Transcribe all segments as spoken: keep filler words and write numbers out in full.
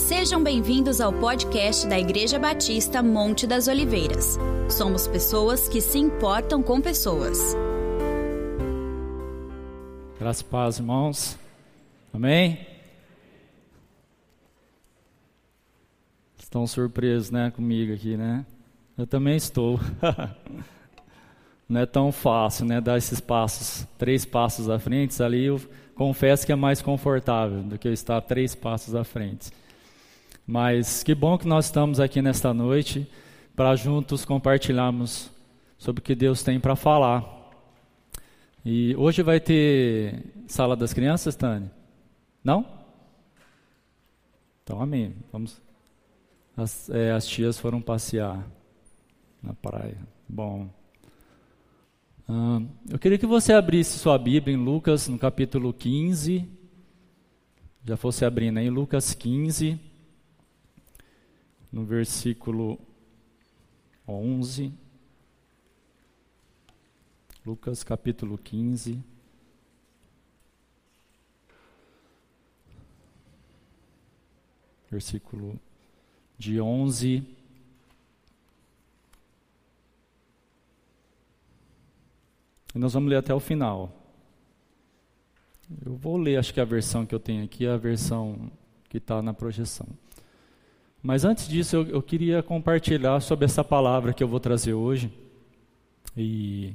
Sejam bem-vindos ao podcast da Igreja Batista Monte das Oliveiras. Somos pessoas que se importam com pessoas. Graças e paz, irmãos. Amém? Estão surpresos, né, comigo aqui, né? Eu também estou. Não é tão fácil, né, dar esses passos, três passos à frente. Ali eu confesso que é mais confortável do que eu estar três passos à frente. Mas que bom que nós estamos aqui nesta noite para juntos compartilharmos sobre o que Deus tem para falar. E hoje vai ter sala das crianças, Tânia? Não? Então, amém. Vamos. As, é, as tias foram passear na praia. Bom. Ah, eu queria que você abrisse sua Bíblia em Lucas, no capítulo quinze. Já fosse abrindo aí, Lucas quinze. No versículo onze, Lucas capítulo quinze, versículo de onze e nós vamos ler até o final. Eu vou ler, acho que a versão que eu tenho aqui é a versão que está na projeção. Mas antes disso, eu, eu queria compartilhar sobre essa palavra que eu vou trazer hoje. E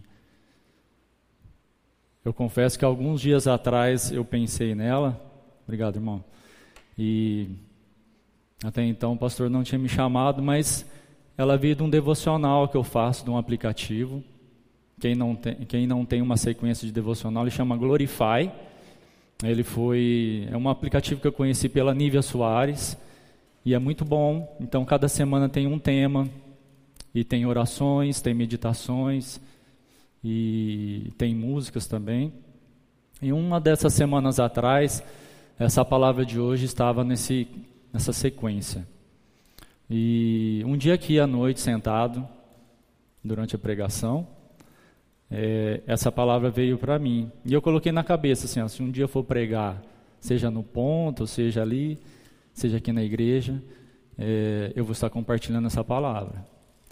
eu confesso que alguns dias atrás eu pensei nela. Obrigado, irmão. E até então o pastor não tinha me chamado, mas ela veio de um devocional que eu faço, de um aplicativo. Quem não tem, quem não tem uma sequência de devocional, ele chama Glorify. Ele foi, é um aplicativo que eu conheci pela Nívia Soares. E é muito bom. Então cada semana tem um tema, e tem orações, tem meditações, e tem músicas também. E uma dessas semanas atrás, essa palavra de hoje estava nesse, nessa sequência. E um dia aqui à noite, sentado, durante a pregação, é, essa palavra veio para mim. E eu coloquei na cabeça, assim, ó, se um dia eu for pregar, seja no ponto, seja ali, seja aqui na igreja, é, eu vou estar compartilhando essa palavra.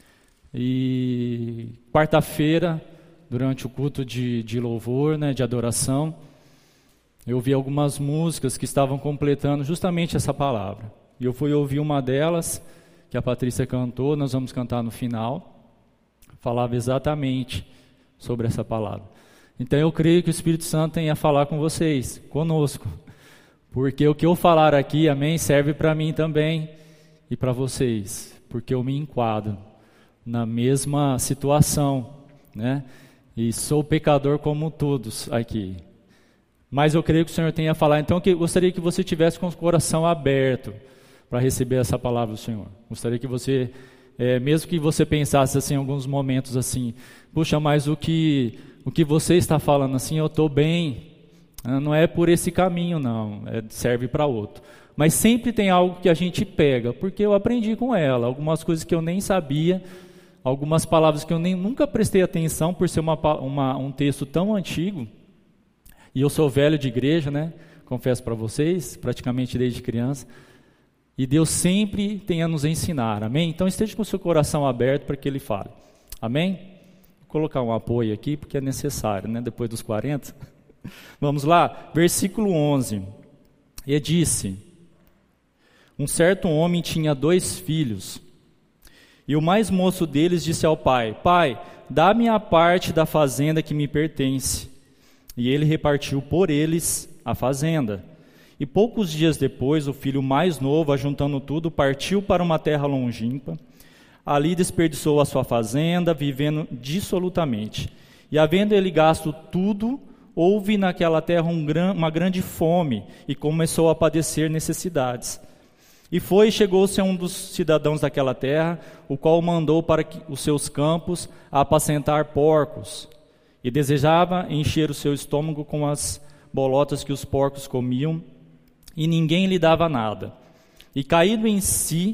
E quarta-feira, durante o culto de, de louvor, né, de adoração, eu ouvi algumas músicas que estavam completando justamente essa palavra. E eu fui ouvir uma delas, que a Patrícia cantou, nós vamos cantar no final, falava exatamente sobre essa palavra. Então eu creio que o Espírito Santo tem a falar com vocês, conosco. Porque o que eu falar aqui, amém, serve para mim também e para vocês. Porque eu me enquadro na mesma situação, né? E sou pecador como todos aqui. Mas eu creio que o Senhor tem a falar. Então eu gostaria que você tivesse com o coração aberto para receber essa palavra do Senhor. Gostaria que você, é, mesmo que você pensasse assim, em alguns momentos assim, puxa, mas o que, o que você está falando assim, eu estou bem. Não é por esse caminho, não, é, serve para outro. Mas sempre tem algo que a gente pega, porque eu aprendi com ela, algumas coisas que eu nem sabia, algumas palavras que eu nem, nunca prestei atenção, por ser uma, uma, um texto tão antigo, e eu sou velho de igreja, né? Confesso para vocês, praticamente desde criança, e Deus sempre tem a nos ensinar, amém? Então esteja com o seu coração aberto para que Ele fale, amém? Vou colocar um apoio aqui, porque é necessário, né? Depois dos quarenta... Vamos lá, versículo onze. E disse: um certo homem tinha dois filhos, e o mais moço deles disse ao pai: Pai, dá-me a parte da fazenda que me pertence. E ele repartiu por eles a fazenda. E poucos dias depois, o filho mais novo, ajuntando tudo, partiu para uma terra longínqua. Ali desperdiçou a sua fazenda, vivendo dissolutamente. E havendo ele gasto tudo, houve naquela terra um gran, uma grande fome, e começou a padecer necessidades. E foi e chegou-se a um dos cidadãos daquela terra, o qual mandou para que, os seus campos a apacentar porcos, e desejava encher o seu estômago com as bolotas que os porcos comiam, e ninguém lhe dava nada. E caído em si,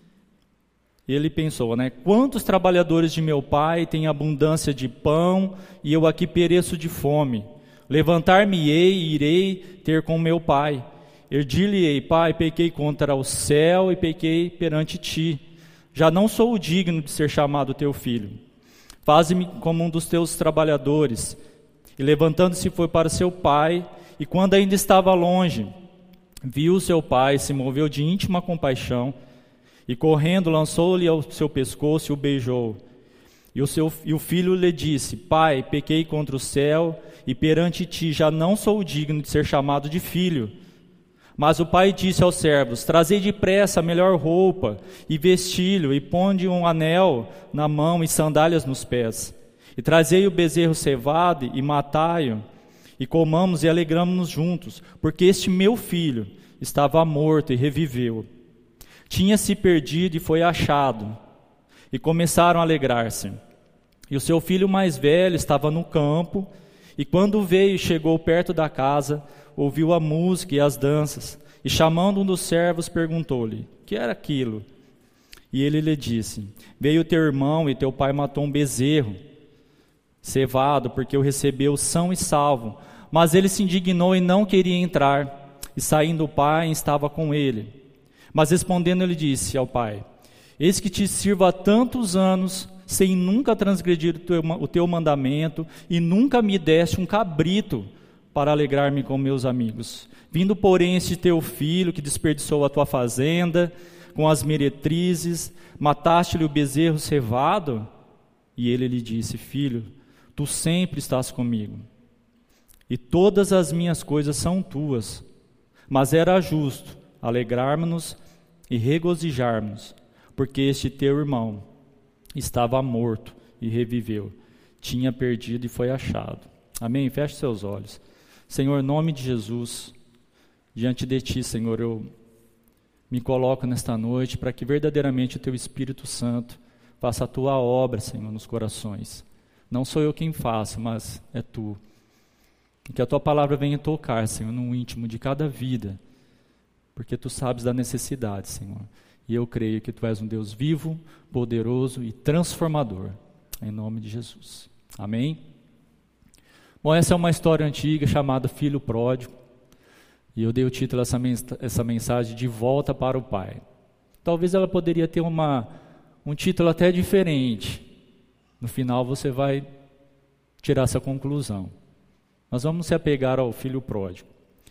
ele pensou, né? Quantos trabalhadores de meu pai têm abundância de pão, e eu aqui pereço de fome? Levantar-me-ei e irei ter com meu pai, Eu dir-lhe-ei: Pai, pequei contra o céu e pequei perante ti. Já não sou o digno de ser chamado teu filho. Faze-me como um dos teus trabalhadores. E levantando-se foi para seu pai, e quando ainda estava longe, viu seu pai, se moveu de íntima compaixão, e correndo lançou-lhe ao seu pescoço e o beijou. E o, seu, e o filho lhe disse: Pai, pequei contra o céu, e perante ti já não sou digno de ser chamado de filho. Mas o pai disse aos servos: Trazei depressa a melhor roupa, e vestilho, e ponde um anel na mão e sandálias nos pés. E trazei o bezerro cevado, e matai-o, e comamos e alegramo-nos juntos, porque este meu filho estava morto e reviveu. Tinha-se perdido e foi achado. E começaram a alegrar-se. E o seu filho mais velho estava no campo, e quando veio e chegou perto da casa, ouviu a música e as danças, e chamando um dos servos, perguntou-lhe: que era aquilo? E ele lhe disse: Veio teu irmão e teu pai matou um bezerro cevado, porque o recebeu são e salvo. Mas ele se indignou e não queria entrar, e saindo o pai estava com ele. Mas respondendo ele disse ao pai: Eis que te sirvo há tantos anos, sem nunca transgredir o teu, o teu mandamento, e nunca me deste um cabrito para alegrar-me com meus amigos. Vindo, porém, este teu filho, que desperdiçou a tua fazenda, com as meretrizes, mataste-lhe o bezerro cevado? E ele lhe disse: Filho, tu sempre estás comigo, e todas as minhas coisas são tuas. Mas era justo alegrarmos-nos e regozijarmos, porque este teu irmão estava morto e reviveu, tinha perdido e foi achado. Amém? Feche seus olhos. Senhor, em nome de Jesus, diante de Ti, Senhor, eu me coloco nesta noite para que verdadeiramente o Teu Espírito Santo faça a Tua obra, Senhor, nos corações. Não sou eu quem faço, mas é Tu. Que a Tua palavra venha tocar, Senhor, no íntimo de cada vida, porque Tu sabes da necessidade, Senhor. E eu creio que Tu és um Deus vivo, poderoso e transformador. Em nome de Jesus. Amém? Bom, essa é uma história antiga chamada Filho Pródigo. E eu dei o título a essa, essa mensagem de Volta para o Pai. Talvez ela poderia ter uma, um título até diferente. No final você vai tirar essa conclusão. Nós vamos se apegar ao Filho Pródigo.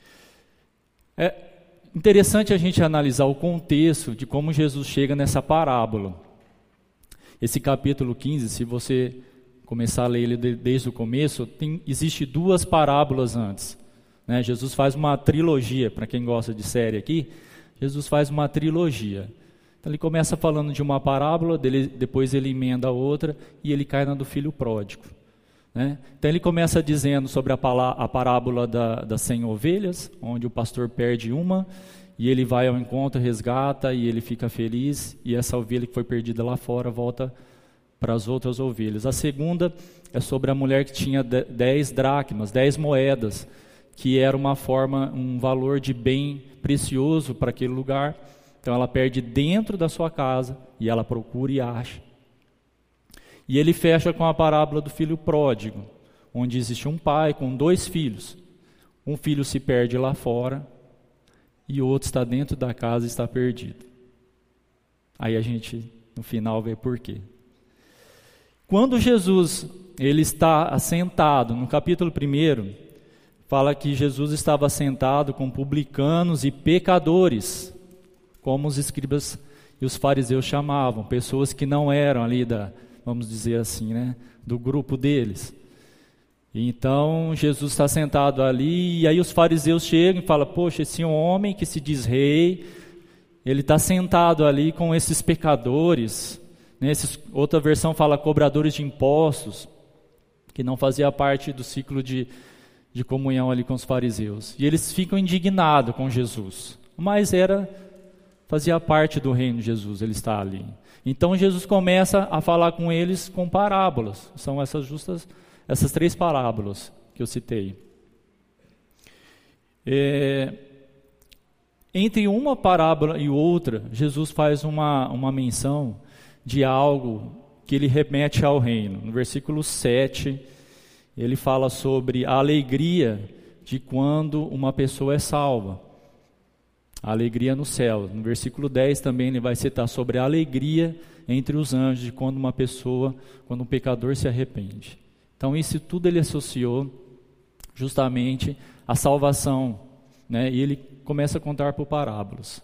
É interessante a gente analisar o contexto de como Jesus chega nessa parábola. Esse capítulo quinze, se você começar a ler ele desde o começo, tem, existe duas parábolas antes. Né? Jesus faz uma trilogia, para quem gosta de série aqui, Jesus faz uma trilogia. Então ele começa falando de uma parábola, dele, depois ele emenda a outra, e ele cai na do filho pródigo. Né? Então ele começa dizendo sobre a, palá, a parábola da, das cem ovelhas, onde o pastor perde uma, e ele vai ao encontro, resgata, e ele fica feliz, e essa ovelha que foi perdida lá fora volta para as outras ovelhas. A segunda é sobre a mulher que tinha dez dracmas, dez moedas, que era uma forma, um valor de bem precioso para aquele lugar. Então ela perde dentro da sua casa, e ela procura e acha. E ele fecha com a parábola do filho pródigo, onde existe um pai com dois filhos. Um filho se perde lá fora, e o outro está dentro da casa e está perdido. Aí a gente, no final, vê por quê. Quando Jesus ele está assentado, no capítulo primeiro, fala que Jesus estava assentado com publicanos e pecadores, como os escribas e os fariseus chamavam, pessoas que não eram ali da, vamos dizer assim, né, do grupo deles. Então Jesus está sentado ali, e aí os fariseus chegam e falam: poxa, esse homem que se diz rei, ele está sentado ali com esses pecadores, né? Esses, outra versão fala cobradores de impostos, que não fazia parte do ciclo de, de comunhão ali com os fariseus. E eles ficam indignados com Jesus, mas era, fazia parte do reino de Jesus, ele está ali. Então Jesus começa a falar com eles com parábolas, são essas justas, essas três parábolas que eu citei. É, entre uma parábola e outra, Jesus faz uma, uma menção de algo que ele remete ao reino. No versículo sete, ele fala sobre a alegria de quando uma pessoa é salva. a alegria no céu. No versículo dez também ele vai citar sobre a alegria entre os anjos, de quando uma pessoa, quando um pecador se arrepende. Então isso tudo ele associou justamente à salvação, né? E ele começa a contar por parábolas.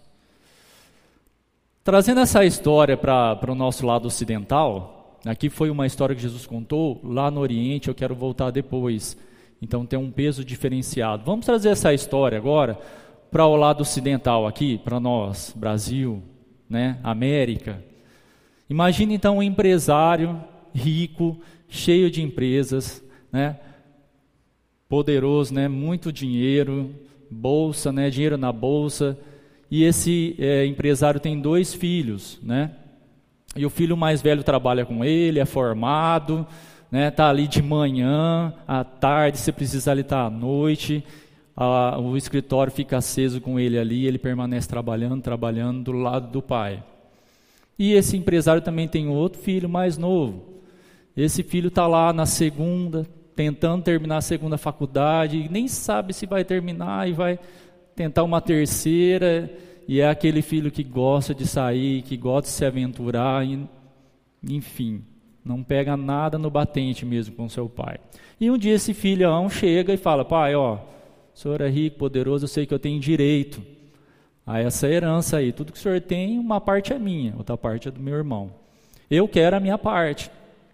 Trazendo essa história para o nosso lado ocidental, aqui foi uma história que Jesus contou, lá no Oriente eu quero voltar depois, então tem um peso diferenciado. Vamos trazer essa história agora para o lado ocidental aqui, para nós, Brasil, né, América. Imagine então um empresário rico, cheio de empresas, né, poderoso, né, muito dinheiro, bolsa, né, dinheiro na bolsa, e esse é, empresário tem dois filhos, né, e o filho mais velho trabalha com ele, é formado, né, está ali de manhã, à tarde, se precisar ele está à noite, a, o escritório fica aceso com ele ali, ele permanece trabalhando, trabalhando do lado do pai. E esse empresário também tem outro filho mais novo. Esse filho está lá na segunda, tentando terminar a segunda faculdade, e nem sabe se vai terminar, e vai tentar uma terceira, e é aquele filho que gosta de sair, que gosta de se aventurar, e, enfim, não pega nada no batente mesmo com seu pai. E um dia esse filhão chega e fala: pai, ó, o senhor é rico, poderoso, eu sei que eu tenho direito a essa herança aí, tudo que o senhor tem, uma parte é minha, outra parte é do meu irmão. Eu quero a minha parte.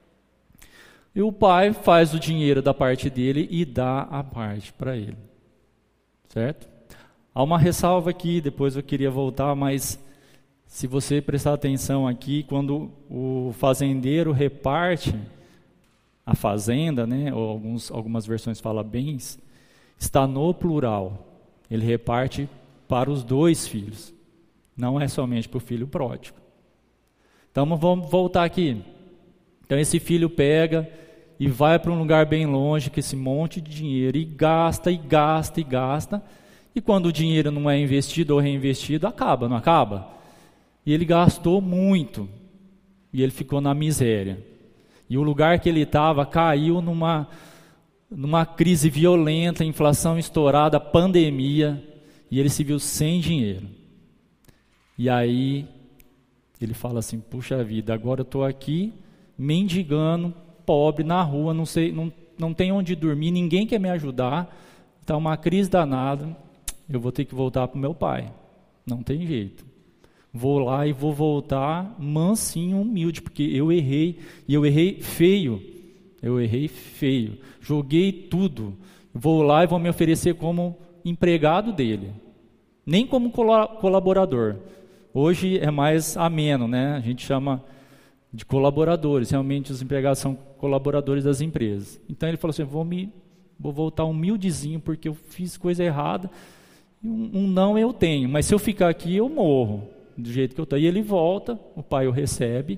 E o pai faz o dinheiro da parte dele e dá a parte para ele. Certo? Há uma ressalva aqui, depois eu queria voltar, mas se você prestar atenção aqui, quando o fazendeiro reparte a fazenda, né, ou alguns, algumas versões falam bens, está no plural. Ele reparte para os dois filhos, não é somente para o filho pródigo. Então vamos voltar aqui. Então esse filho pega e vai para um lugar bem longe com esse monte de dinheiro e gasta, e gasta, e gasta. E quando o dinheiro não é investido ou reinvestido, acaba, não acaba? E ele gastou muito, e ele ficou na miséria. E o lugar que ele estava caiu numa, numa crise violenta, inflação estourada, pandemia, e ele se viu sem dinheiro. E aí ele fala assim: puxa vida, agora eu estou aqui mendigando, pobre, na rua, não sei, não, não tem onde dormir, ninguém quer me ajudar, está uma crise danada, eu vou ter que voltar para o meu pai, não tem jeito. Vou lá e vou voltar mansinho, humilde, porque eu errei, e eu errei feio, eu errei feio, joguei tudo, vou lá e vou me oferecer como empregado dele, nem como colaborador. Hoje é mais ameno, né? A gente chama de colaboradores, realmente os empregados são colaboradores das empresas. Então ele falou assim: vou, me, vou voltar humildezinho, porque eu fiz coisa errada, um, um não eu tenho, mas se eu ficar aqui eu morro, do jeito que eu estou. E ele volta, o pai o recebe,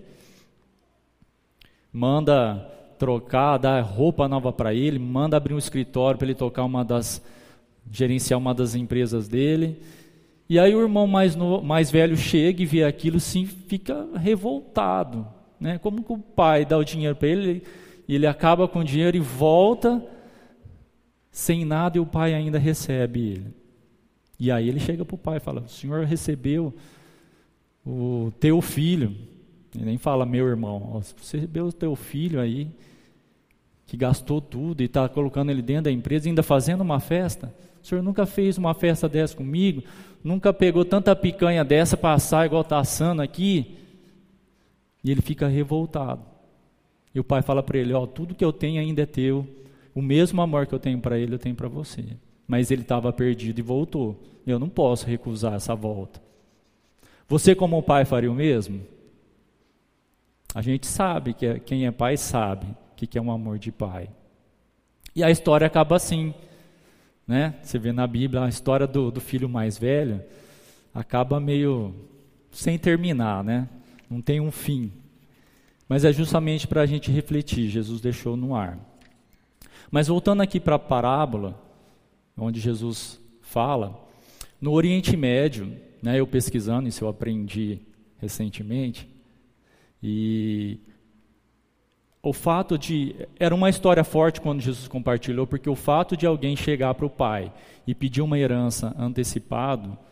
manda trocar, dá roupa nova para ele, manda abrir um escritório para ele tocar uma das, gerenciar uma das empresas dele. E aí o irmão mais, no, mais velho chega e vê aquilo, sim, fica revoltado, né? Como que o pai dá o dinheiro para ele, e ele acaba com o dinheiro e volta sem nada, e o pai ainda recebe ele. E aí ele chega para o pai e fala: o senhor recebeu o teu filho, ele nem fala meu irmão, você recebeu o teu filho aí, que gastou tudo e está colocando ele dentro da empresa, ainda fazendo uma festa? O senhor nunca fez uma festa dessa comigo? Nunca pegou tanta picanha dessa para assar igual está assando aqui? E ele fica revoltado. E o pai fala para ele: ó, tudo que eu tenho ainda é teu, o mesmo amor que eu tenho para ele, eu tenho para você. Mas ele estava perdido e voltou. Eu não posso recusar essa volta. Você, como pai, faria o mesmo? A gente sabe, que é, quem é pai sabe o que, que é um amor de pai. E a história acaba assim, né? Você vê na Bíblia a história do, do filho mais velho, acaba meio sem terminar, né? Não tem um fim. Mas é justamente para a gente refletir, Jesus deixou no ar. Mas voltando aqui para a parábola, onde Jesus fala, no Oriente Médio, né, eu pesquisando, isso eu aprendi recentemente, e o fato de, era uma história forte quando Jesus compartilhou, porque o fato de alguém chegar para o pai e pedir uma herança antecipado,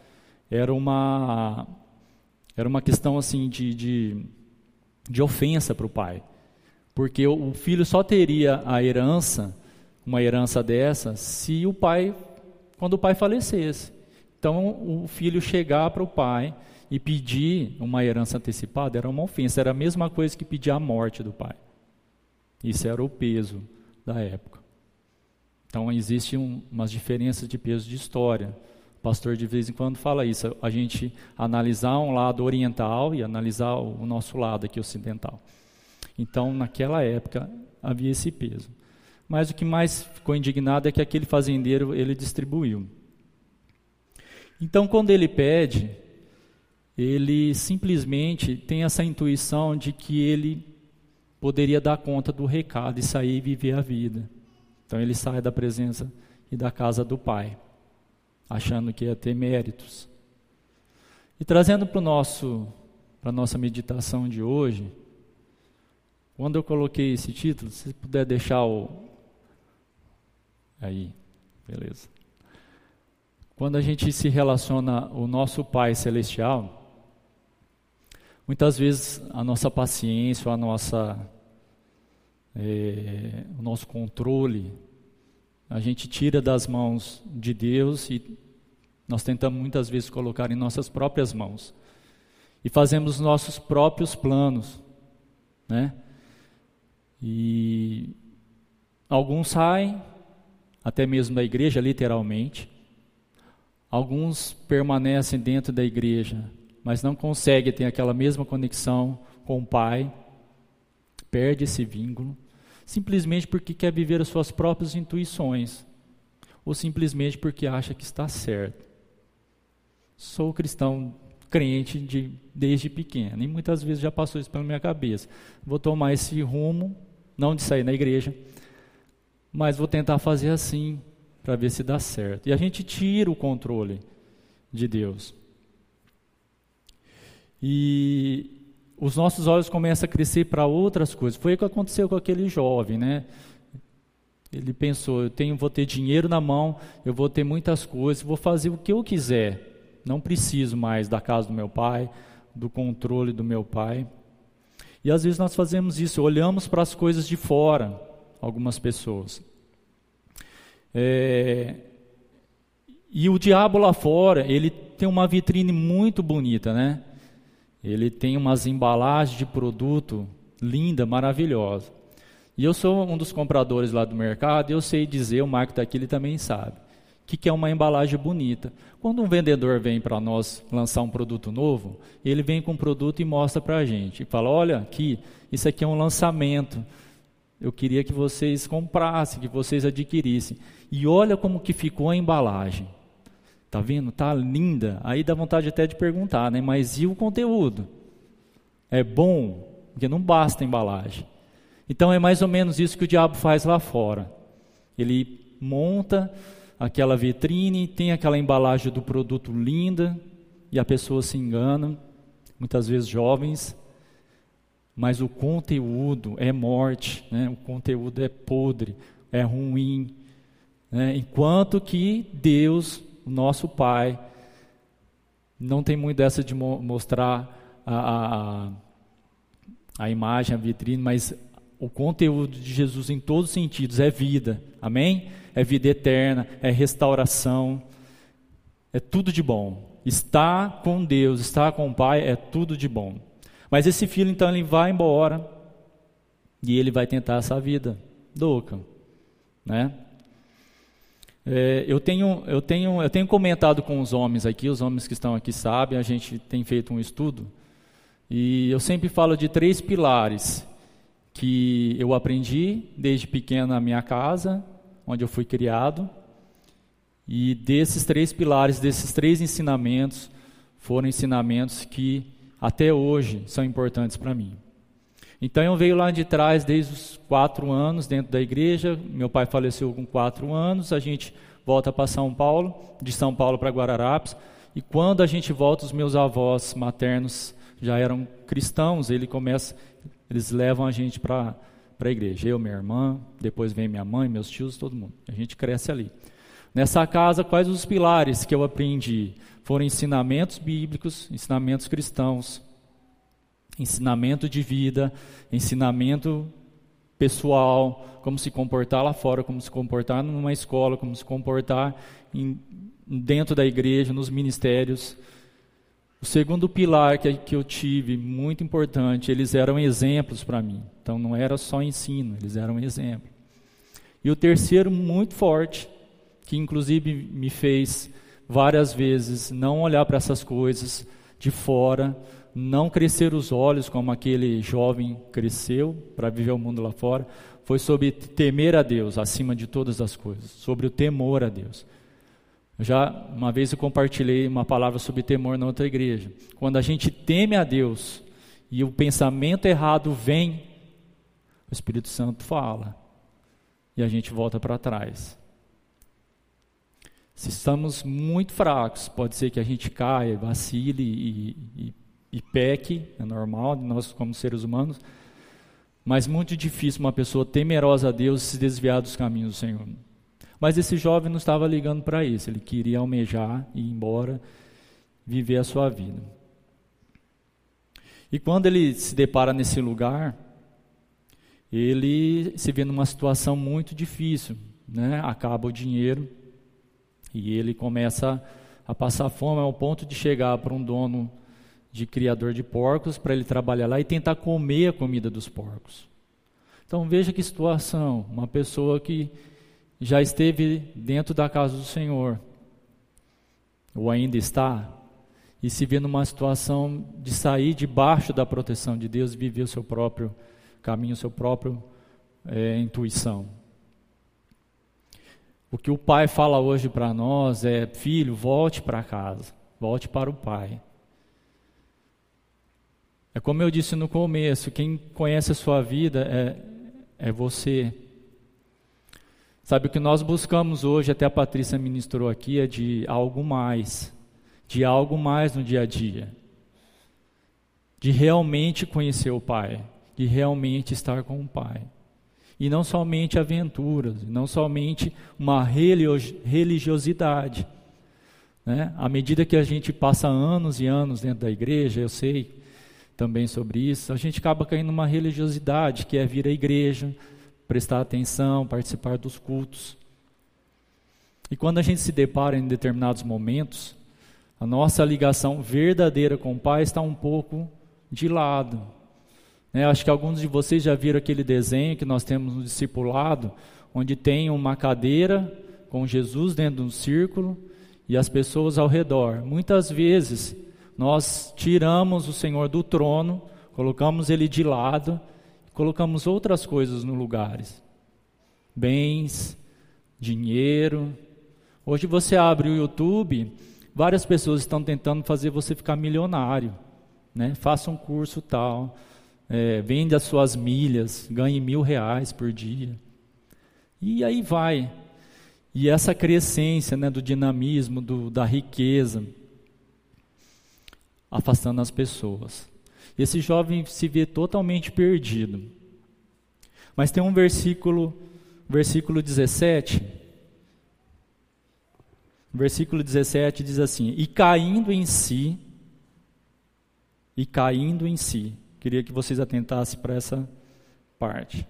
era uma, era uma questão assim de, de, de ofensa para o pai. Porque o filho só teria a herança, uma herança dessa, se o pai, quando o pai falecesse. Então, o filho chegar para o pai e pedir uma herança antecipada era uma ofensa, era a mesma coisa que pedir a morte do pai. Isso era o peso da época. Então, existem um, umas diferenças de peso de história. O pastor de vez em quando fala isso, a gente analisar um lado oriental e analisar o nosso lado aqui ocidental. Então, naquela época, havia esse peso. Mas o que mais ficou indignado é que aquele fazendeiro, ele distribuiu. Então, quando ele pede, ele simplesmente tem essa intuição de que ele poderia dar conta do recado e sair e viver a vida. Então, ele sai da presença e da casa do pai, achando que ia ter méritos. E trazendo para o nosso, para a nossa meditação de hoje, quando eu coloquei esse título, se puder deixar o... Aí, beleza. Quando a gente se relaciona ao nosso Pai Celestial, muitas vezes a nossa paciência, a nossa, é, o nosso controle, a gente tira das mãos de Deus e nós tentamos muitas vezes colocar em nossas próprias mãos. E fazemos nossos próprios planos, né? E alguns saem, até mesmo da igreja, literalmente. Alguns permanecem dentro da igreja, mas não conseguem ter aquela mesma conexão com o Pai, perde esse vínculo, simplesmente porque quer viver as suas próprias intuições, ou simplesmente porque acha que está certo. Sou cristão, crente de, desde pequeno, e muitas vezes já passou isso pela minha cabeça. Vou tomar esse rumo, não de sair da igreja, mas vou tentar fazer assim, para ver se dá certo. E a gente tira o controle de Deus. E os nossos olhos começam a crescer para outras coisas. Foi o que aconteceu com aquele jovem, né? Ele pensou, eu tenho, vou ter dinheiro na mão, eu vou ter muitas coisas, vou fazer o que eu quiser. Não preciso mais da casa do meu pai, do controle do meu pai. E às vezes nós fazemos isso, olhamos para as coisas de fora, algumas pessoas. É, e o diabo lá fora, ele tem uma vitrine muito bonita, né? Ele tem umas embalagens de produto linda, maravilhosa. E eu sou um dos compradores lá do mercado, e eu sei dizer, o Marco está aqui, ele também sabe, o que, que é uma embalagem bonita. Quando um vendedor vem para nós lançar um produto novo, ele vem com um produto e mostra para a gente, e fala, olha aqui, isso aqui é um lançamento, eu queria que vocês comprassem, que vocês adquirissem. E olha como que ficou a embalagem. Tá vendo? Tá linda. Aí dá vontade até de perguntar, né? Mas e o conteúdo? É bom? Porque não basta a embalagem. Então é mais ou menos isso que o diabo faz lá fora. Ele monta aquela vitrine, tem aquela embalagem do produto linda, e a pessoa se engana, muitas vezes jovens, mas o conteúdo é morte, né? O conteúdo é podre, é ruim, né? Enquanto que Deus, o nosso Pai, não tem muito dessa de mo- mostrar a, a, a imagem, a vitrine, mas o conteúdo de Jesus em todos os sentidos é vida, amém? É vida eterna, é restauração, é tudo de bom. Estar com Deus, estar com o Pai é tudo de bom. Mas esse filho, então, ele vai embora e ele vai tentar essa vida louca, né? É, eu, tenho, eu, tenho, eu tenho comentado com os homens aqui, os homens que estão aqui sabem, a gente tem feito um estudo, e eu sempre falo de três pilares que eu aprendi desde pequeno na minha casa, onde eu fui criado, e desses três pilares, desses três ensinamentos, foram ensinamentos que até hoje são importantes para mim. Então eu venho lá de trás desde os quatro anos dentro da igreja, meu pai faleceu com quatro anos, a gente volta para São Paulo, de São Paulo para Guararapes, e quando a gente volta, os meus avós maternos já eram cristãos, ele começa, eles levam a gente para a igreja, eu, minha irmã, depois vem minha mãe, meus tios, todo mundo, a gente cresce ali. Nessa casa, quais os pilares que eu aprendi? Foram ensinamentos bíblicos, ensinamentos cristãos, ensinamento de vida, ensinamento pessoal, como se comportar lá fora, como se comportar numa escola, como se comportar em, dentro da igreja, nos ministérios. O segundo pilar que, que eu tive, muito importante, eles eram exemplos para mim. Então não era só ensino, eles eram exemplo. E o terceiro, muito forte, que inclusive me fez várias vezes não olhar para essas coisas de fora, não crescer os olhos como aquele jovem cresceu para viver o mundo lá fora, foi sobre temer a Deus acima de todas as coisas, sobre o temor a Deus. Já uma vez eu compartilhei uma palavra sobre temor na outra igreja. Quando a gente teme a Deus e o pensamento errado vem, o Espírito Santo fala e a gente volta para trás. Se estamos muito fracos, pode ser que a gente caia, vacile e, e, e peque, é normal, nós como seres humanos, mas muito difícil uma pessoa temerosa a Deus se desviar dos caminhos do Senhor. Mas esse jovem não estava ligando para isso, ele queria almejar e ir embora, viver a sua vida. E quando ele se depara nesse lugar, ele se vê numa situação muito difícil, né? Acaba o dinheiro e ele começa a passar fome ao ponto de chegar para um dono de criador de porcos para ele trabalhar lá e tentar comer a comida dos porcos. Então veja que situação, uma pessoa que já esteve dentro da casa do Senhor, ou ainda está, e se vê numa situação de sair debaixo da proteção de Deus e viver o seu próprio caminho, o seu próprio é, intuição. O que o Pai fala hoje para nós é: filho, volte para casa, volte para o Pai. É como eu disse no começo, quem conhece a sua vida é, é você. Sabe, o que nós buscamos hoje, até a Patrícia ministrou aqui, é de algo mais, de algo mais no dia a dia, de realmente conhecer o Pai, de realmente estar com o Pai. E não somente aventuras, não somente uma religiosidade. Né? À medida que a gente passa anos e anos dentro da igreja, eu sei também sobre isso, a gente acaba caindo numa religiosidade, que é vir à igreja, prestar atenção, participar dos cultos. E quando a gente se depara em determinados momentos, a nossa ligação verdadeira com o Pai está um pouco de lado. Né? Acho que alguns de vocês já viram aquele desenho que nós temos no discipulado, onde tem uma cadeira com Jesus dentro de um círculo e as pessoas ao redor. Muitas vezes nós tiramos o Senhor do trono, colocamos Ele de lado, colocamos outras coisas no lugares, bens, dinheiro. Hoje você abre o YouTube, várias pessoas estão tentando fazer você ficar milionário, né? Faça um curso tal, é, vende as suas milhas, ganhe mil reais por dia, e aí vai. E essa crescência, né, do dinamismo, do, da riqueza, afastando as pessoas. Esse jovem se vê totalmente perdido. Mas tem um versículo, versículo dezessete. Versículo dezessete diz assim: E caindo em si, e caindo em si. Queria que vocês atentassem para essa parte.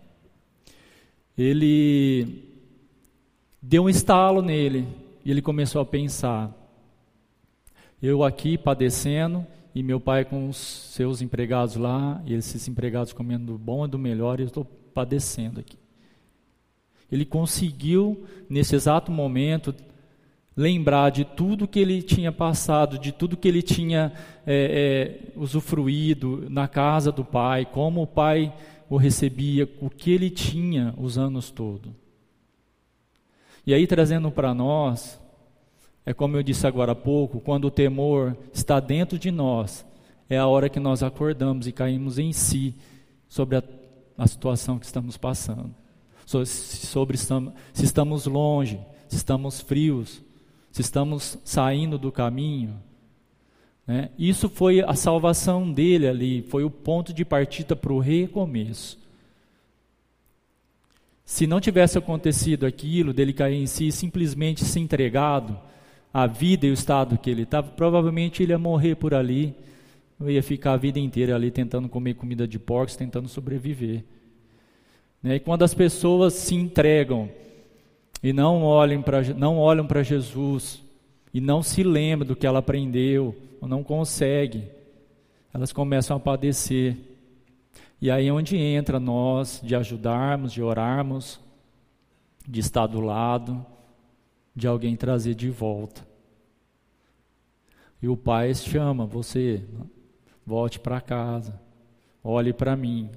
Ele deu um estalo nele, e ele começou a pensar: eu aqui padecendo, e meu pai com os seus empregados lá, e esses empregados comendo do bom e do melhor, e eu estou padecendo aqui. Ele conseguiu, nesse exato momento, lembrar de tudo que ele tinha passado, de tudo que ele tinha é, é, usufruído na casa do pai, como o pai o recebia, o que ele tinha os anos todos. E aí, trazendo para nós, é como eu disse agora há pouco, quando o temor está dentro de nós, é a hora que nós acordamos e caímos em si sobre a, a situação que estamos passando. So, sobre se estamos longe, se estamos frios, se estamos saindo do caminho. Né? Isso foi a salvação dele ali, foi o ponto de partida para o recomeço. Se não tivesse acontecido aquilo, dele cair em si, simplesmente se entregado à vida e o estado que ele estava, provavelmente ele ia morrer por ali, eu ia ficar a vida inteira ali tentando comer comida de porcos, tentando sobreviver. Né? E quando as pessoas se entregam e não olham para não olham para Jesus e não se lembram do que ela aprendeu, ou não conseguem, elas começam a padecer. E aí é onde entra nós, de ajudarmos, de orarmos, de estar do lado, de alguém trazer de volta. E o Pai chama você, volte para casa, olhe para mim.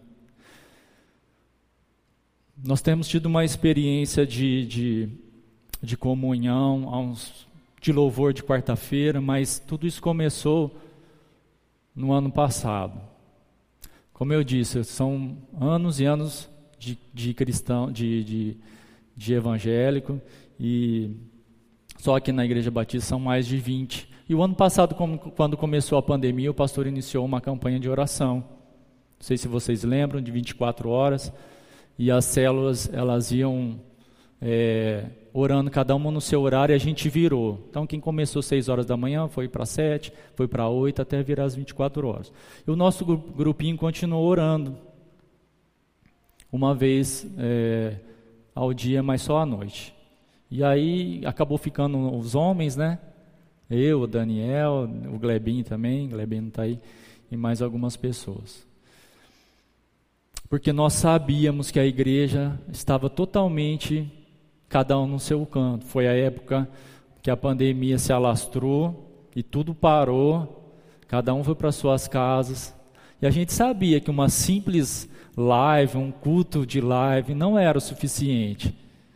Nós temos tido uma experiência de, de, de comunhão, de louvor de quarta-feira, mas tudo isso começou no ano passado. Como eu disse, são anos e anos de, de cristão, de, de, de evangélico, e só aqui na Igreja Batista são mais de vinte. E o ano passado, como, quando começou a pandemia, o pastor iniciou uma campanha de oração. Não sei se vocês lembram, de vinte e quatro horas, e as células, elas iam é, orando, cada uma no seu horário, e a gente virou. Então, quem começou às seis horas da manhã, foi para sete, foi para oito, até virar às vinte e quatro horas. E o nosso grupinho continuou orando, uma vez é, ao dia, mas só à noite. E aí, acabou ficando os homens, né? Eu, o Daniel, o Glebinho também, o Glebinho não está aí, e mais algumas pessoas. Porque nós sabíamos que a igreja estava totalmente, cada um no seu canto. Foi a época que a pandemia se alastrou e tudo parou, cada um foi para suas casas. E a gente sabia que uma simples live, um culto de live, não era o suficiente,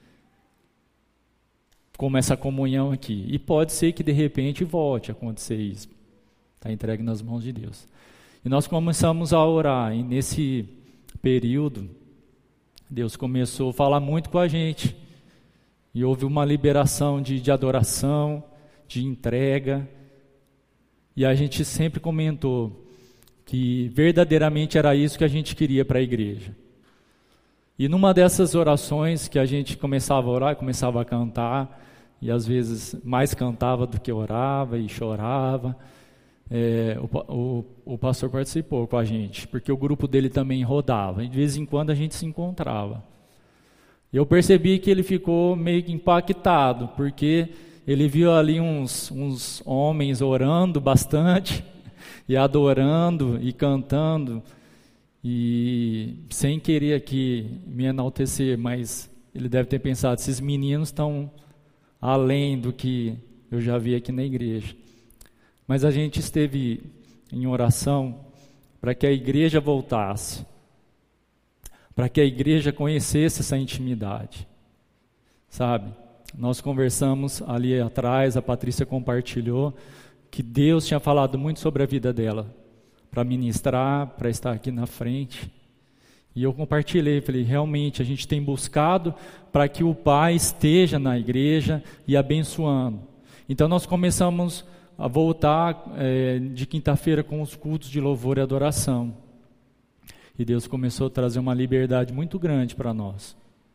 como essa comunhão aqui. E pode ser que de repente volte a acontecer isso. Está entregue nas mãos de Deus. E nós começamos a orar, e nesse período, Deus começou a falar muito com a gente. E houve uma liberação de, de adoração, de entrega. E a gente sempre comentou que verdadeiramente era isso que a gente queria para a igreja. E numa dessas orações que a gente começava a orar, começava a cantar, e às vezes mais cantava do que orava e chorava, é, o, o, o pastor participou com a gente, porque o grupo dele também rodava, e de vez em quando a gente se encontrava. Eu percebi que ele ficou meio que impactado, porque ele viu ali uns, uns homens orando bastante, e adorando, e cantando, e sem querer aqui me enaltecer, mas ele deve ter pensado, esses meninos estão além do que eu já vi aqui na igreja. Mas a gente esteve em oração para que a igreja voltasse, para que a igreja conhecesse essa intimidade, sabe? Nós conversamos ali atrás, a Patrícia compartilhou que Deus tinha falado muito sobre a vida dela, para ministrar, para estar aqui na frente. E eu compartilhei, falei, realmente a gente tem buscado para que o Pai esteja na igreja e abençoando. Então nós começamos a voltar é, de quinta-feira com os cultos de louvor e adoração. E Deus começou a trazer uma liberdade muito grande para nós.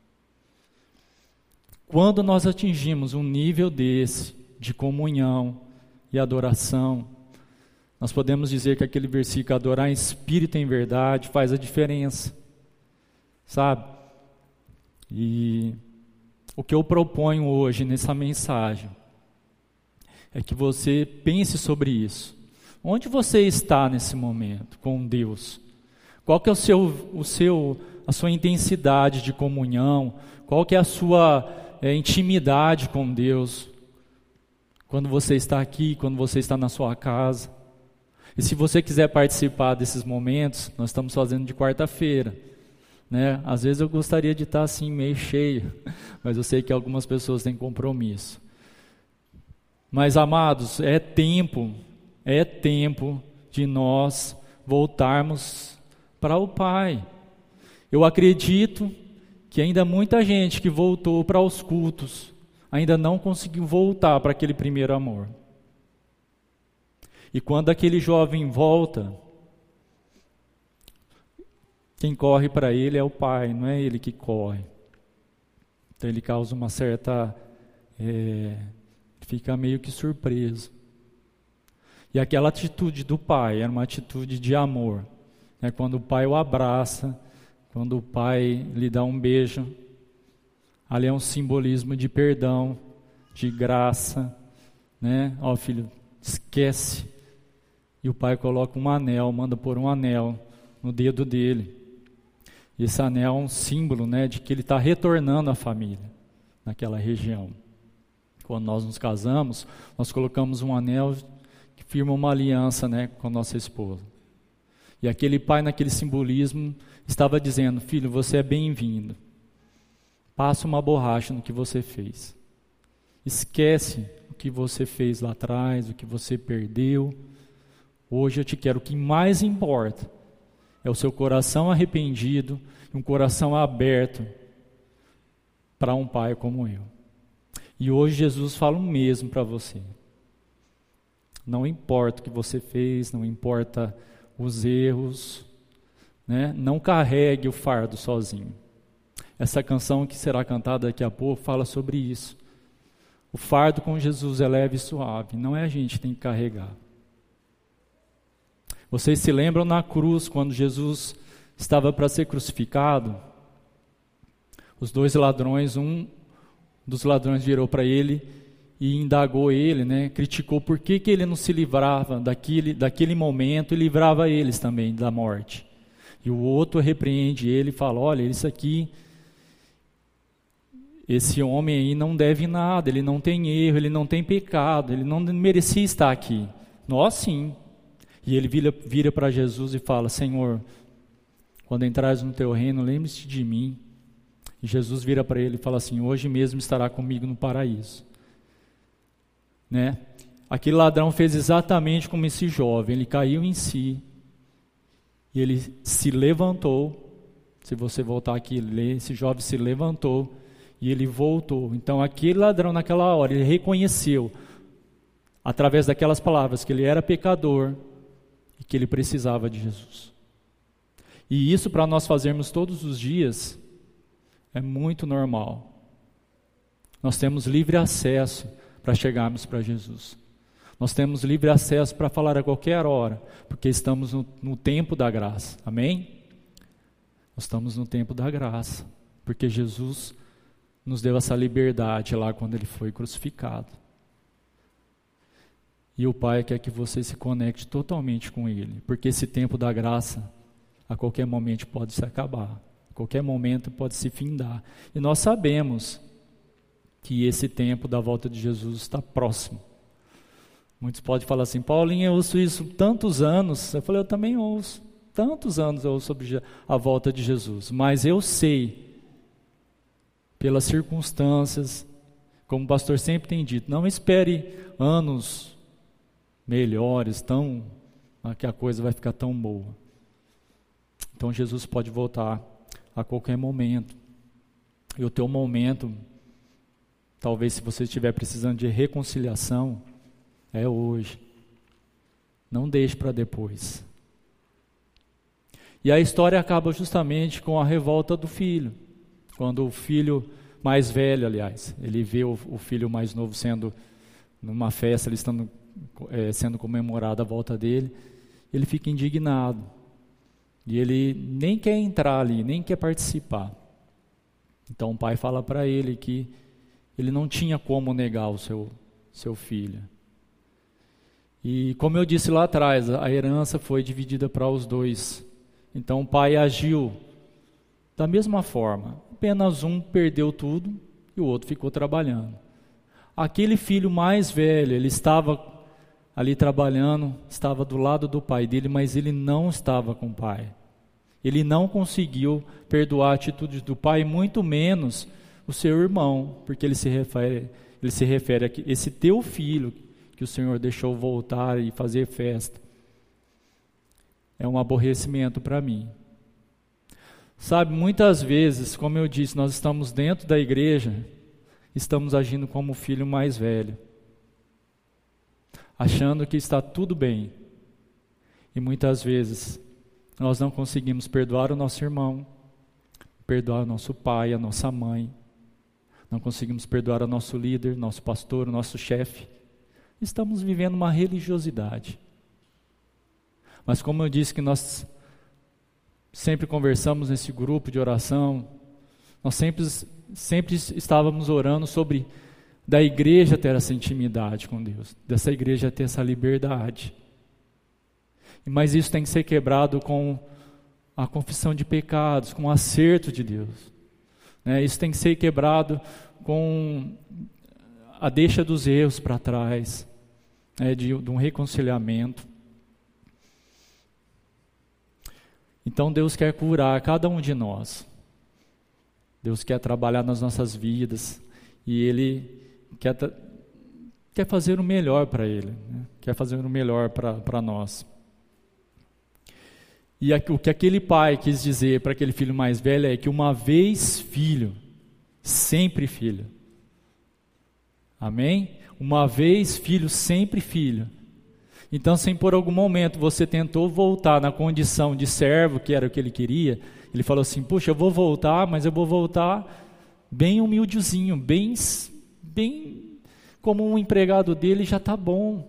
Quando nós atingimos um nível desse, de comunhão e adoração, nós podemos dizer que aquele versículo, adorar em espírito e em verdade, faz a diferença, sabe? E o que eu proponho hoje nessa mensagem é que você pense sobre isso. Onde você está nesse momento com Deus? Qual que é o seu, o seu, a sua intensidade de comunhão? Qual que é a sua é, intimidade com Deus? Quando você está aqui, quando você está na sua casa. E se você quiser participar desses momentos, nós estamos fazendo de quarta-feira, né? Às vezes eu gostaria de estar assim meio cheio, mas eu sei que algumas pessoas têm compromisso. Mas amados, é tempo, é tempo de nós voltarmos para o Pai. Eu acredito que ainda muita gente que voltou para os cultos ainda não conseguiu voltar para aquele primeiro amor. E quando aquele jovem volta, quem corre para ele é o Pai, não é ele que corre. Então ele causa uma certa... É, fica meio que surpreso. E aquela atitude do pai era uma atitude de amor. Né? Quando o pai o abraça, quando o pai lhe dá um beijo, ali é um simbolismo de perdão, de graça. Né? Ó, filho, esquece. E o pai coloca um anel, manda pôr um anel no dedo dele. E esse anel é um símbolo, né, de que ele está retornando à família, naquela região. Quando nós nos casamos, nós colocamos um anel que firma uma aliança, né, com a nossa esposa. E aquele pai, naquele simbolismo, estava dizendo: filho, você é bem-vindo. Passa uma borracha no que você fez. Esquece o que você fez lá atrás, o que você perdeu. Hoje eu te quero. O que mais importa é o seu coração arrependido e um coração aberto para um pai como eu. E hoje Jesus fala o mesmo para você. Não importa o que você fez, não importa os erros, né? Não carregue o fardo sozinho. Essa canção que será cantada daqui a pouco fala sobre isso. O fardo com Jesus é leve e suave, não é a gente que tem que carregar. Vocês se lembram na cruz, quando Jesus estava para ser crucificado? Os dois ladrões, um dos ladrões virou para ele e indagou ele, né? Criticou por que, que ele não se livrava daquele, daquele momento e livrava eles também da morte. E o outro repreende ele e fala: olha, isso aqui, esse homem aí não deve nada, ele não tem erro, ele não tem pecado, ele não merecia estar aqui. Nós sim. E ele vira, vira para Jesus e fala: Senhor, quando entrares no teu reino, lembre-se de mim. E Jesus vira para ele e fala assim: hoje mesmo estará comigo no paraíso. Né? Aquele ladrão fez exatamente como esse jovem. Ele caiu em si e ele se levantou. Se você voltar aqui e ler, esse jovem se levantou e ele voltou. Então aquele ladrão naquela hora, ele reconheceu, através daquelas palavras, que ele era pecador e que ele precisava de Jesus. E isso, para nós fazermos todos os dias, é muito normal. Nós temos livre acesso para chegarmos para Jesus. Nós temos livre acesso para falar a qualquer hora, porque estamos no, no tempo da graça. Amém? Nós estamos no tempo da graça, porque Jesus nos deu essa liberdade lá quando Ele foi crucificado. E o Pai quer que você se conecte totalmente com Ele, porque esse tempo da graça, a qualquer momento pode se acabar, a qualquer momento pode se findar. E nós sabemos que esse tempo da volta de Jesus está próximo. Muitos podem falar assim: Paulinho, eu ouço isso tantos anos. Eu falei: eu também ouço, tantos anos eu ouço sobre a volta de Jesus. Mas eu sei, pelas circunstâncias, como o pastor sempre tem dito, não espere anos melhores, tão, que a coisa vai ficar tão boa. Então Jesus pode voltar a qualquer momento. E o teu momento, talvez se você estiver precisando de reconciliação, é hoje. Não deixe para depois. E a história acaba justamente com a revolta do filho. Quando o filho mais velho, aliás, ele vê o, o filho mais novo sendo, numa festa, ele estando é, sendo comemorado à volta dele, ele fica indignado. E ele nem quer entrar ali, nem quer participar. Então o pai fala para ele que ele não tinha como negar o seu, seu filho. E como eu disse lá atrás, a herança foi dividida para os dois. Então o pai agiu da mesma forma. Apenas um perdeu tudo e o outro ficou trabalhando. Aquele filho mais velho, ele estava ali trabalhando, estava do lado do pai dele, mas ele não estava com o pai. Ele não conseguiu perdoar a atitude do pai, muito menos o seu irmão, porque ele se refere, ele se refere a esse teu filho que o Senhor deixou voltar e fazer festa. É um aborrecimento para mim. Sabe, muitas vezes, como eu disse, nós estamos dentro da igreja, estamos agindo como o filho mais velho, achando que está tudo bem. E muitas vezes nós não conseguimos perdoar o nosso irmão, perdoar o nosso pai, a nossa mãe. não conseguimos perdoar o nosso líder, nosso pastor, o nosso chefe. Estamos vivendo uma religiosidade. Mas como eu disse que nós sempre conversamos nesse grupo de oração, nós sempre, sempre estávamos orando sobre da igreja ter essa intimidade com Deus, dessa igreja ter essa liberdade. Mas isso tem que ser quebrado com a confissão de pecados, com o acerto de Deus. Né? Isso tem que ser quebrado com a deixa dos erros para trás, né? de, de um reconciliamento. Então Deus quer curar cada um de nós. Deus quer trabalhar nas nossas vidas e Ele quer, quer fazer o melhor para Ele, né? Quer fazer o melhor para nós. E o que aquele pai quis dizer para aquele filho mais velho é que uma vez filho, sempre filho. Amém? Uma vez filho, sempre filho. Então, se por algum momento você tentou voltar na condição de servo, que era o que ele queria, ele falou assim, puxa, eu vou voltar, mas eu vou voltar bem humildezinho, bem, bem como um empregado dele já está bom.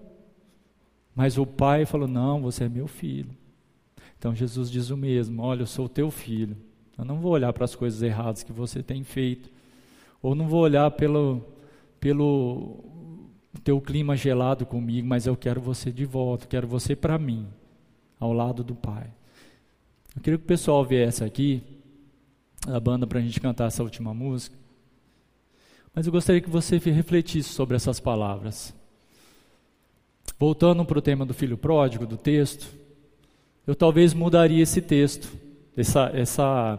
Mas o pai falou, não, você é meu filho. Então Jesus diz o mesmo, olha, eu sou o teu filho, eu não vou olhar para as coisas erradas que você tem feito, ou não vou olhar pelo, pelo teu clima gelado comigo, mas eu quero você de volta, eu quero você para mim, ao lado do Pai. Eu queria que o pessoal viesse aqui, a banda, para a gente cantar essa última música, mas eu gostaria que você refletisse sobre essas palavras. Voltando para o tema do filho pródigo, do texto, eu talvez mudaria esse texto, essa, essa,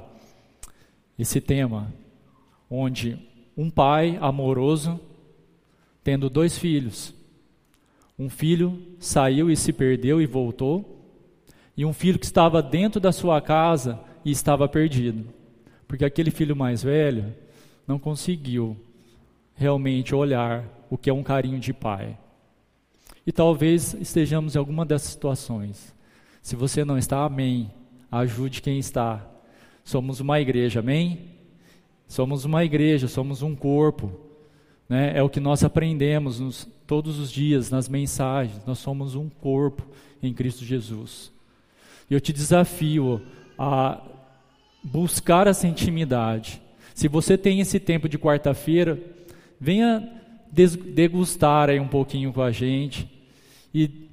esse tema, onde um pai amoroso, tendo dois filhos, um filho saiu e se perdeu e voltou, e um filho que estava dentro da sua casa e estava perdido, porque aquele filho mais velho não conseguiu realmente olhar o que é um carinho de pai. E talvez estejamos em alguma dessas situações. Se você não está, amém, ajude quem está. Somos uma igreja, amém? Somos uma igreja, somos um corpo, né? É o que nós aprendemos nos, todos os dias, nas mensagens, nós somos um corpo em Cristo Jesus. E eu te desafio a buscar essa intimidade. Se você tem esse tempo de quarta-feira, venha degustar aí um pouquinho com a gente. E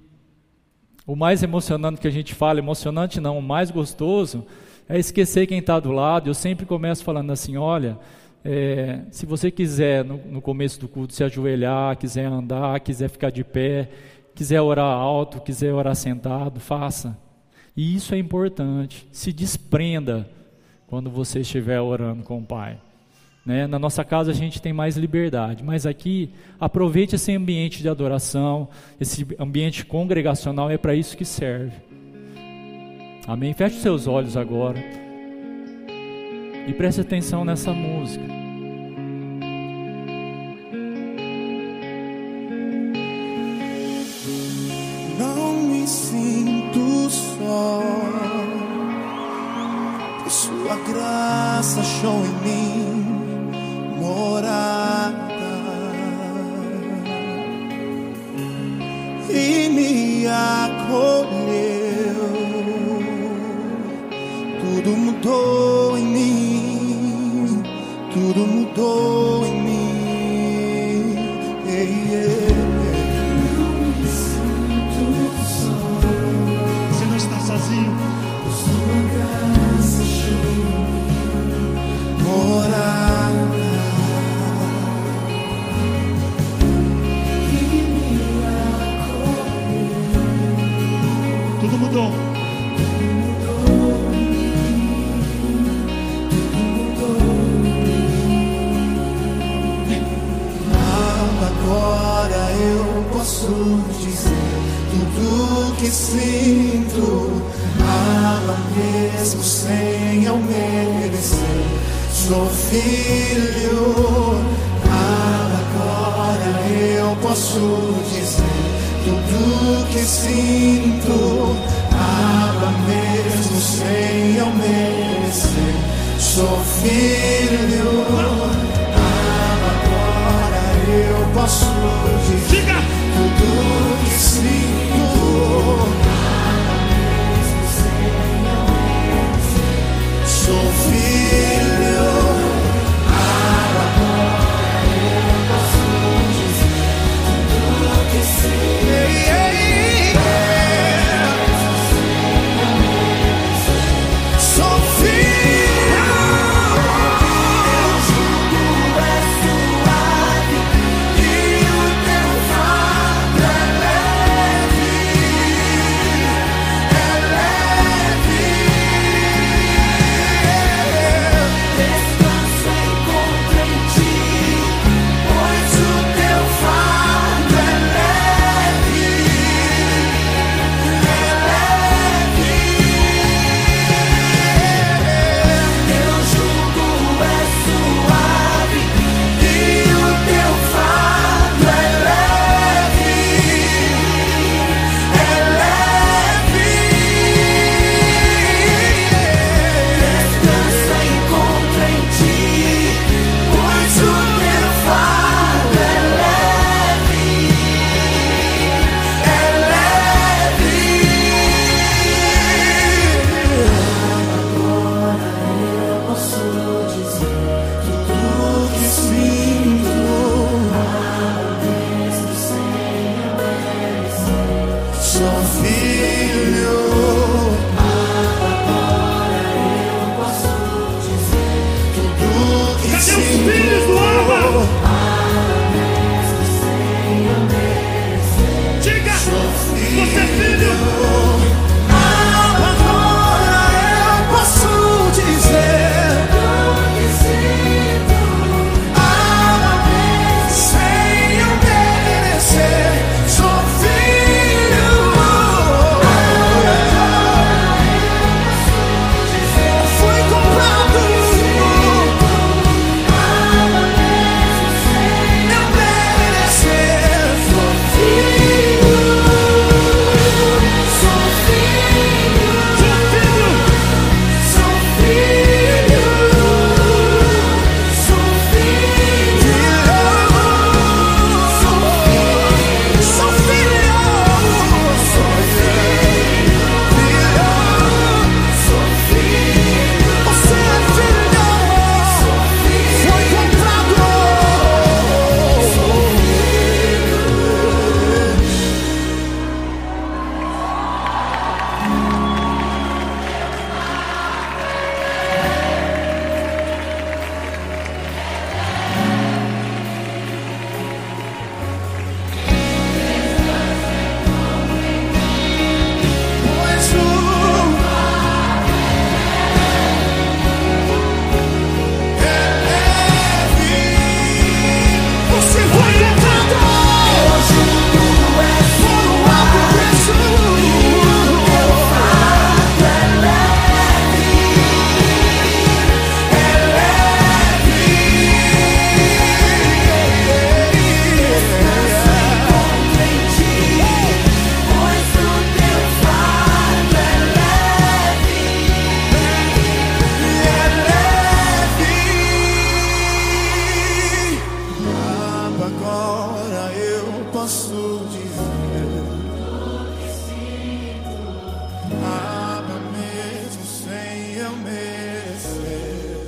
o mais emocionante que a gente fala, emocionante não, o mais gostoso, é esquecer quem está do lado. Eu sempre começo falando assim, olha, é, se você quiser no, no começo do culto se ajoelhar, quiser andar, quiser ficar de pé, quiser orar alto, quiser orar sentado, faça. E isso é importante, se desprenda quando você estiver orando com o Pai. Né? Na nossa casa a gente tem mais liberdade, mas aqui aproveite esse ambiente de adoração, esse ambiente congregacional, é para isso que serve. Amém? Feche os seus olhos agora e preste atenção nessa música. Não me sinto só, pois sua graça achou em mim morada e me acolheu. Tudo mudou em mim, tudo mudou em mim. Yeah, yeah. Não me sinto só. Você não está sozinho. Sua graça achou morada. Tudo mudou. Agora eu posso dizer tudo que sinto. Ama mesmo sem eu merecer. Sou filho. Agora eu posso dizer tudo que sinto, ama mesmo sem eu merecer. Sou filho, ama filho. Agora eu posso dizer tudo que Cadê sinto. os filhos do Abba? Diga, você é filho. Agora eu posso dizer tudo que sinto. Sem eu merecer, sou filho. Fui comprado. Sem eu merecer, sou filho. Sou filho. Sou filho. Sou filho. Sou filho. Sou filho. Sou filho. Sou filho. Você é filho. Foi comprado. Sou pois o é leve. Você foi comprado. Hoje tudo é por um alto preço. Eu fato é leve. É leve. Descansa e encontra em ti, pois o teu fardo é leve. É leve. Agora eu posso dizer Abba mesmo sem eu merecer.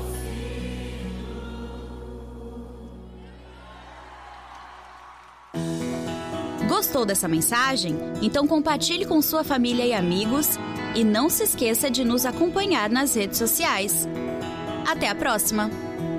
Gostou dessa mensagem? Então compartilhe com sua família e amigos e não se esqueça de nos acompanhar nas redes sociais. Até a próxima!